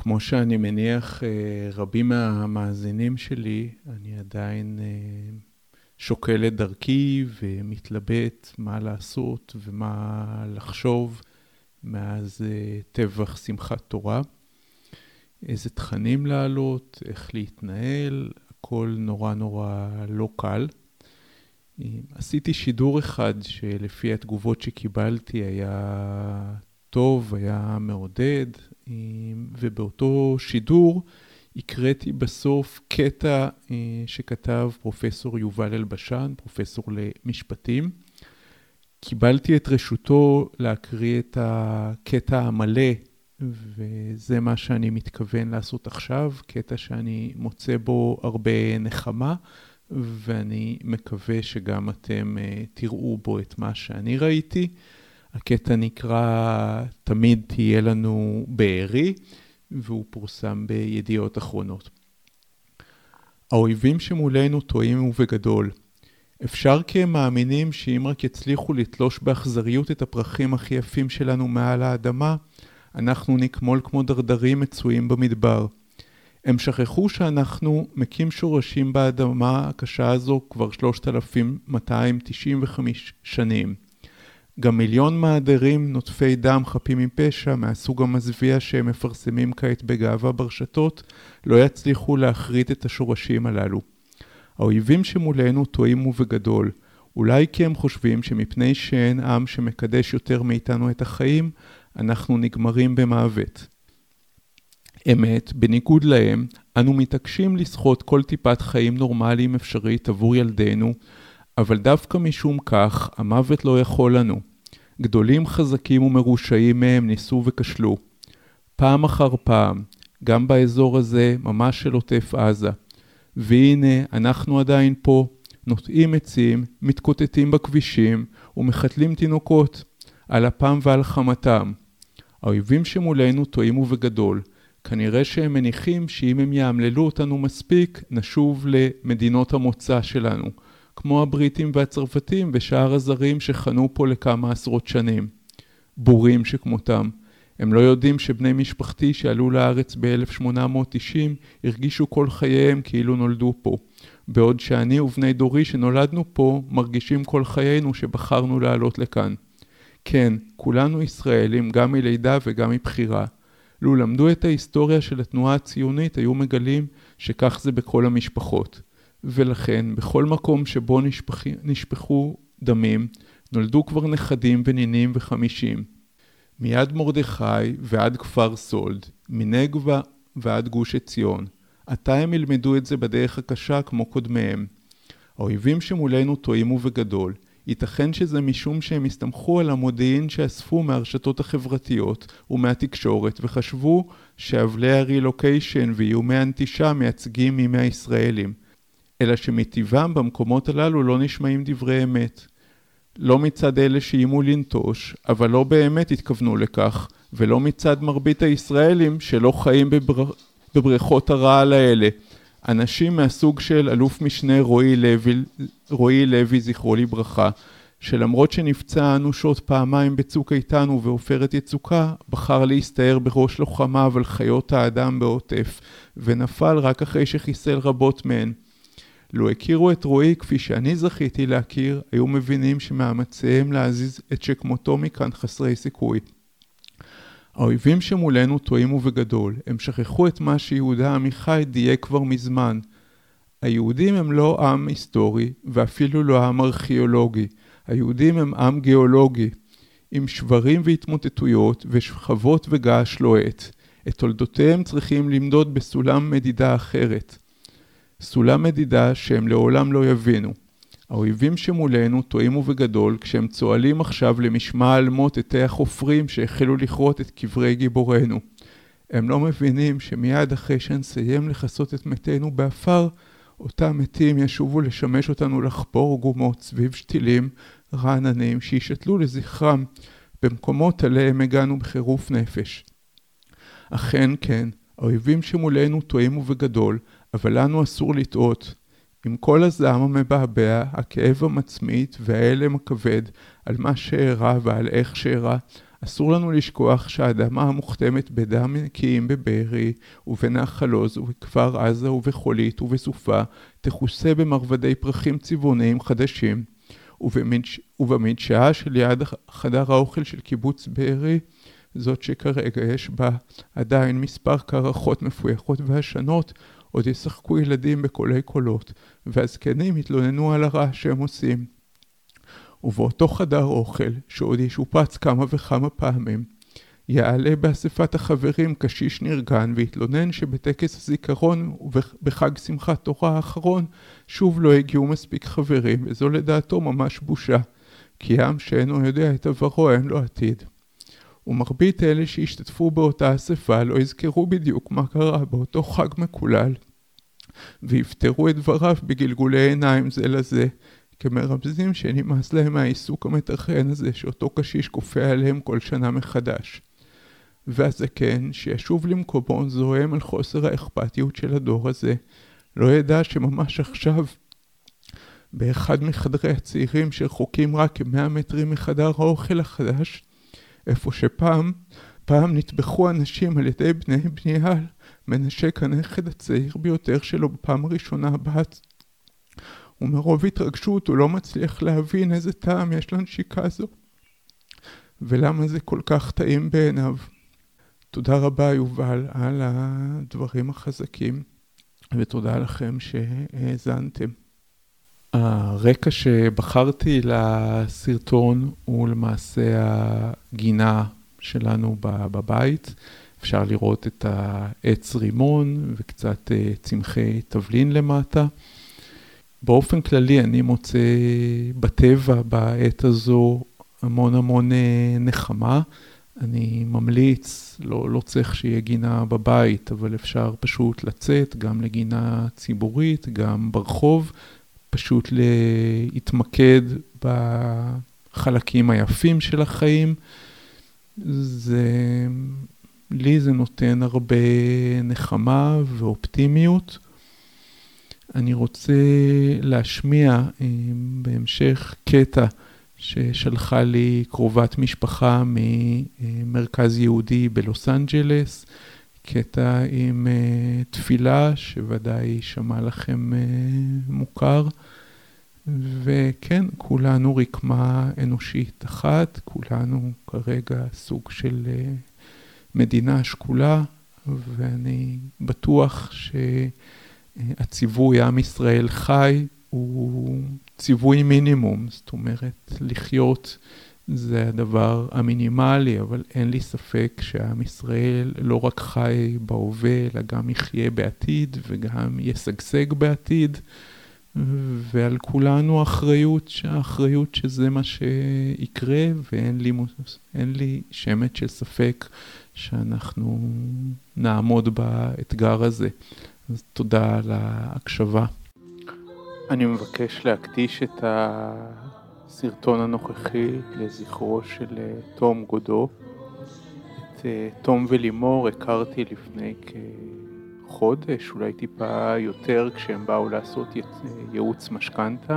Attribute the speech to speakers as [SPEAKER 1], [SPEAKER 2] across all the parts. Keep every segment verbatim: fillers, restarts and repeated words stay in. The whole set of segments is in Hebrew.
[SPEAKER 1] כמו שאני מניח, רבים מהמאזינים שלי, אני עדיין שוקל את דרכי ומתלבט מה לעשות ומה לחשוב מאז טבח שמחת תורה. איזה תכנים לעלות, איך להתנהל, הכל נורא נורא לא קל. עשיתי שידור אחד שלפי התגובות שקיבלתי היה טוב, היה מעודד, ובאותו שידור הקראתי בסוף קטע שכתב פרופסור יובל אלבשן, פרופסור למשפטים. קיבלתי את רשותו להקריא את הקטע המלא, וזה מה שאני מתכוון לעשות עכשיו, קטע שאני מוצא בו הרבה נחמה, ואני מקווה שגם אתם תראו בו את מה שאני ראיתי. הקטע נקרא תמיד תהיה לנו בארי, והוא פורסם בידיעות אחרונות. האויבים שמולנו טועים ובגדול. אפשר כי הם מאמינים שאם רק יצליחו לתלוש באכזריות את הפרחים הכי יפים שלנו מעל האדמה, אנחנו נקמול כמו דרדרים מצויים במדבר. הם שכחו שאנחנו מקים שורשים באדמה הקשה הזו כבר שלושת אלפים מאתיים תשעים וחמש שנים. גם מיליון מעדרים נוטפי דם חפים מפשע מהסוג המזוויע שהם מפרסמים כעת בגאווה ברשתות לא יצליחו להחריט את השורשים הללו. האויבים שמולנו טועים ובגדול, אולי כי הם חושבים שמפני שאין עם שמקדש יותר מאיתנו את החיים, אנחנו נגמרים במוות. אמת, בניגוד להם, אנו מתעקשים לסחוט כל טיפת חיים נורמליים אפשרית עבור ילדינו, אבל דווקא משום כך, המוות לא יכול לנו. גדולים חזקים ומרושעים מהם ניסו וכשלו. פעם אחר פעם, גם באזור הזה, ממש של עוטף עזה. והנה, אנחנו עדיין פה, נוטעים עצים, מתקוטטים בכבישים, ומחתלים תינוקות, על אפם ועל חמתם. האויבים שמולנו טועים ובגדול. כנראה שהם מניחים שאם הם יאמללו אותנו מספיק, נשוב למדינות המוצא שלנו. כמו הבריטים והצרפתים ושאר הזרים שחנו פה לכמה עשרות שנים. בורים שכמותם. הם לא יודעים שבני משפחתי שעלו לארץ ב-אלף שמונה מאות תשעים הרגישו כל חייהם כאילו נולדו פה. בעוד שאני ובני דורי שנולדנו פה מרגישים כל חיינו שבחרנו לעלות לכאן. כן, כולנו ישראלים גם מלידה וגם מבחירה. לו למדו את ההיסטוריה של התנועה הציונית היו מגלים שכך זה בכל המשפחות. ולכן, בכל מקום שבו נשפחו, נשפחו דמים, נולדו כבר נכדים ונינים וחמישים. מיד מרדכי ועד כפר סולד, מנגבה ועד גוש עציון. עתה הם ילמדו את זה בדרך הקשה כמו קודמיהם. האויבים שמולנו טועים ובגדול. ייתכן שזה משום שהם הסתמכו על המודיעין שאספו מהרשתות החברתיות ומהתקשורת וחשבו שאבלי הרילוקיישן ואיומי האנטישה מייצגים מימי הישראלים. אלא שמטבעם במקומות הללו לא נשמעים דברי אמת. לא מצד אלה שאיימו לנטוש, אבל לא באמת התכוונו לכך, ולא מצד מרבית הישראלים שלא חיים בבר... בבריכות הרעל האלה. אנשים מהסוג של אלוף משנה רועי לוי, רועי לוי זכרו לברכה, שלמרות שנפצע אנושות פעמיים בצוק איתן ובעופרת יצוקה, בחר להסתער בראש לוחמיו על חיות האדם בעוטף, ונפל רק אחרי שחיסל רבות מהן. לו הכירו את רועי כפי שאני זכיתי להכיר, היו מבינים שמאמציהם להזיז את שכמותו מכאן חסרי סיכוי. האויבים שמולנו טועים ובגדול, הם שכחו את מה שיהודה עמיחי דייק כבר מזמן. היהודים הם לא עם היסטורי, ואפילו לא עם ארכיאולוגי. היהודים הם עם גיאולוגי, עם שברים והתמוטטויות ושכבות וגעש לוהט. את תולדותיהם צריכים למדוד בסולם מדידה אחרת. סולם מדידה שהם לעולם לא יבינו. האויבים שמולנו טועים ובגדול כשהם צועלים עכשיו למשמע אלמות עתי החופרים שהחלו לכרות את קברי גיבורנו. הם לא מבינים שמיד אחרי שנסיים לחסות את מתינו באפר, אותם מתים ישובו לשמש אותנו לחפור גומות סביב שתילים רעננים שישתלו לזכרם במקומות עליהם הגענו בחירוף נפש. אכן כן, האויבים שמולנו טועים ובגדול, אבל לנו אסור לטעות. עם כל הזעם המבעבע, הכאב המצמית והאלם הכבד על מה שאירע ועל איך שאירע, אסור לנו לשכוח שהאדמה המוכתמת בדם נקיים בבארי ובנחל עוז ובכפר עזה ובחולית ובסופה תכוסה במרבדי פרחים צבעוניים חדשים, ובמדש... ובמדשאה שליד חדר האוכל של קיבוץ בארי, זאת שכרגע יש בה עדיין מספר קרחות מפויחות והשנות, עוד ישחקו ילדים בקולי קולות, והזקנים יתלוננו על הרע שהם עושים. ובאותו חדר אוכל, שעוד ישופץ כמה וכמה פעמים, יעלה באספת החברים קשיש נרגן ויתלונן שבטקס הזיכרון ובחג שמחת תורה האחרון שוב לא הגיעו מספיק חברים, וזו לדעתו ממש בושה, כי עם שאינו יודע את עברו אין לו עתיד. ומרבית אלה שהשתתפו באותה אספה לא יזכרו בדיוק מה קרה באותו חג מקולל, ויפתרו את דבריו בגלגולי עיניים זה לזה, כמרמזים שנמאס להם מהעיסוק המתרחן הזה שאותו קשיש כופה עליהם כל שנה מחדש. והזקן, שישוב למקומו זוהם על חוסר האכפתיות של הדור הזה, לא ידע שממש עכשיו, באחד מחדרי הצעירים שרחוקים רק כמאה מטרים מחדר האוכל החדש, איפה שפעם, פעם נטבחו אנשים על ידי בני בניאל, מנשק הנכד הצעיר ביותר שלו בפעם הראשונה בת. ומרוב התרגשות הוא לא מצליח להבין איזה טעם יש לנשיקה זו, ולמה זה כל כך טעים בעיניו. תודה רבה יובל על הדברים החזקים, ותודה לכם שהאזנתם. הרקע שבחרתי לסרטון הוא למעשה הגינה שלנו בבית. אפשר לראות את העץ רימון וקצת צמחי תבלין למטה. באופן כללי אני מוצא בטבע בעת הזו המון המון נחמה. אני ממליץ, לא, לא צריך שיהיה גינה בבית, אבל אפשר פשוט לצאת גם לגינה ציבורית, גם ברחוב, פשוט להתמקד בחלקים היפים של החיים. זה, לי זה נותן הרבה נחמה ואופטימיות. אני רוצה להשמיע בהמשך קטע ששלחה לי קרובת משפחה ממרכז יהודי בלוס אנג'לס, קטע עם תפילה שוודאי שמע לכם מוכר, וכן, כולנו רקמה אנושית אחת, כולנו כרגע סוג של מדינה שקולה, ואני בטוח שהציווי עם ישראל חי הוא ציווי מינימום, זאת אומרת לחיות זה הדבר המינימלי, אבל אין לי ספק שעם ישראל לא רק חי בהווה, אלא גם יחיה בעתיד וגם יסגסג בעתיד, ועל כולנו אחריות, שהאחריות שזה מה שיקרה, ואין לי, אין לי שמץ של ספק שאנחנו נעמוד באתגר הזה. אז תודה על ההקשבה. אני מבקש להקדיש את הסרטון הנוכחי לזכרו של תום גודו. את תום ולימור הכרתי לפני כחודש, אולי טיפה יותר, כשהם באו לעשות ייעוץ משכנתה.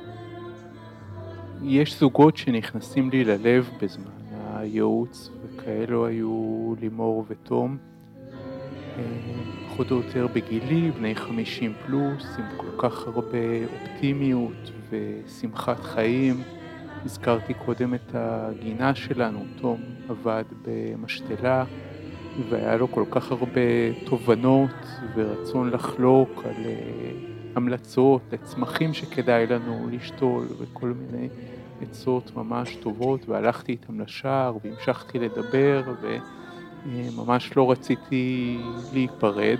[SPEAKER 1] יש זוגות שנכנסים לי ללב בזמן הייעוץ, וכאלו היו לימור ותום. פחות או יותר בגילי, בני חמישים פלוס, עם כל כך הרבה אופטימיות ושמחת חיים. הזכרתי קודם את הגינה שלנו, תום עבד במשתלה, והיה לו כל כך הרבה תובנות ורצון לחלוק על המלצות לצמחים שכדאי לנו לשתול וכל מיני עצות ממש טובות, והלכתי איתם לשער והמשכתי לדבר וממש לא רציתי להיפרד.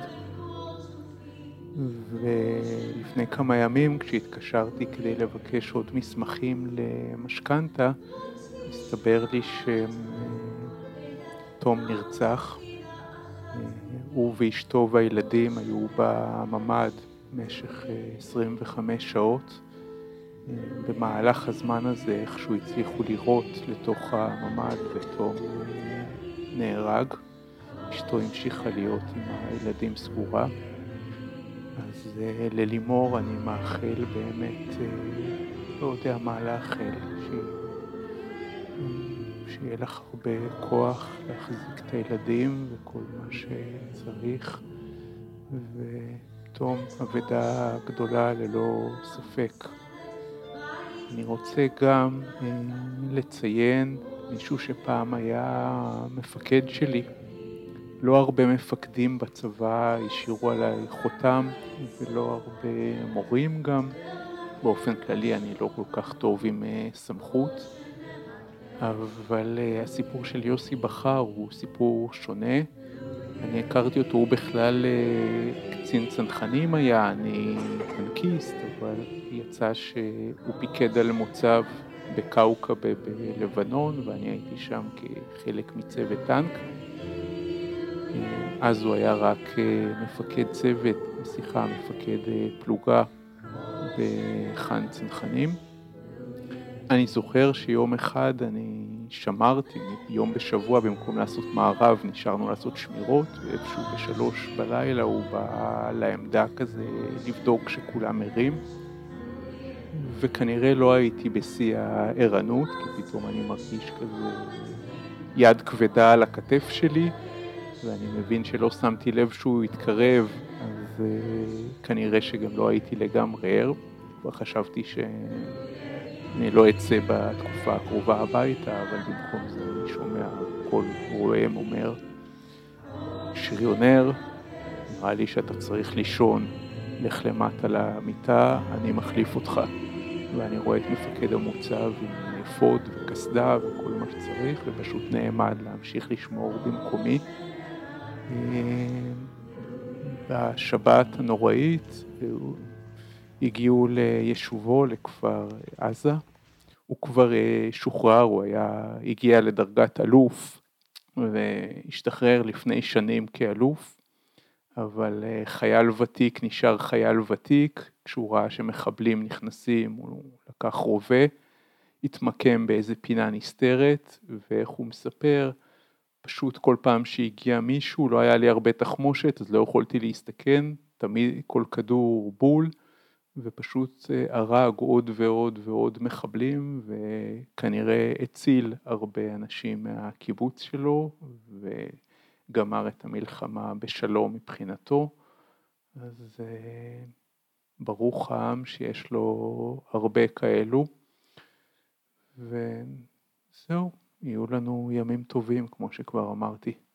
[SPEAKER 1] ולפני כמה ימים כשהתקשרתי כדי לבקש עוד מסמכים למשכנתה, הסתבר לי שתום נרצח. הוא ואשתו והילדים היו בממ"ד במשך עשרים וחמש שעות. במהלך הזמן הזה איכשהו הצליחו לירות לתוך הממ"ד ותום נהרג. אשתו המשיכה להיות עם הילדים סגורה. אז ללימור אני מאחל באמת, לא יודע מה לאחל, שיהיה לך הרבה כוח להחזיק את הילדים וכל מה שצריך, ותום אבדה גדולה ללא ספק. אני רוצה גם אה, לציין מישהו שפעם היה מפקד שלי. לא הרבה מפקדים בצבא השאירו עליי חותם, ולא הרבה מורים גם. באופן כללי אני לא כל כך טוב עם uh, סמכות, אבל uh, הסיפור של יוסי בחר הוא סיפור שונה. אני הכרתי אותו, הוא בכלל uh, קצין צנחנים היה, אני טנקיסט, אבל יצא שהוא פיקד על מוצב בקאוקבה בלבנון, ואני הייתי שם כחלק מצוות טנק. אז הוא היה רק מפקד צוות, סליחה, מפקד פלוגה בחן צנחנים. אני זוכר שיום אחד אני שמרתי, יום בשבוע במקום לעשות מערב, נשארנו לעשות שמירות, ואיפשהו בשלוש בלילה הוא בא לעמדה כזה לבדוק שכולם ערים, וכנראה לא הייתי בשיא הערנות, כי פתאום אני מרגיש כזה יד כבדה על הכתף שלי, ואני מבין שלא שמתי לב שהוא התקרב, אז uh, כנראה שגם לא הייתי לגמרי ער, וחשבתי שאני לא אצא בתקופה הקרובה הביתה, אבל במקום זה אני שומע כל רועם אומר, שריונר, נראה לי שאתה צריך לישון, לך למטה למיטה, אני מחליף אותך. ואני רואה את מפקד המוצב עם אפוד וקסדה וכל מה שצריך, ופשוט נעמד להמשיך לשמור במקומי. בשבת הנוראית הגיעו לישובו, לכפר עזה. הוא כבר שוחרר, הוא היה, הגיע לדרגת אלוף והשתחרר לפני שנים כאלוף, אבל חייל ותיק נשאר חייל ותיק. כשהוא ראה שמחבלים נכנסים הוא לקח רובה, התמקם באיזה פינה נסתרת, ואיך הוא מספר, פשוט כל פעם שהגיע מישהו, לא היה לי הרבה תחמושת, אז לא יכולתי להסתכן, תמיד כל כדור בול, ופשוט הרג עוד ועוד ועוד מחבלים, וכנראה הציל הרבה אנשים מהקיבוץ שלו, וגמר את המלחמה בשלום מבחינתו. אז ברוך העם שיש לו הרבה כאלו, וזהו. יהיו לנו ימים טובים, כמו שכבר אמרתי.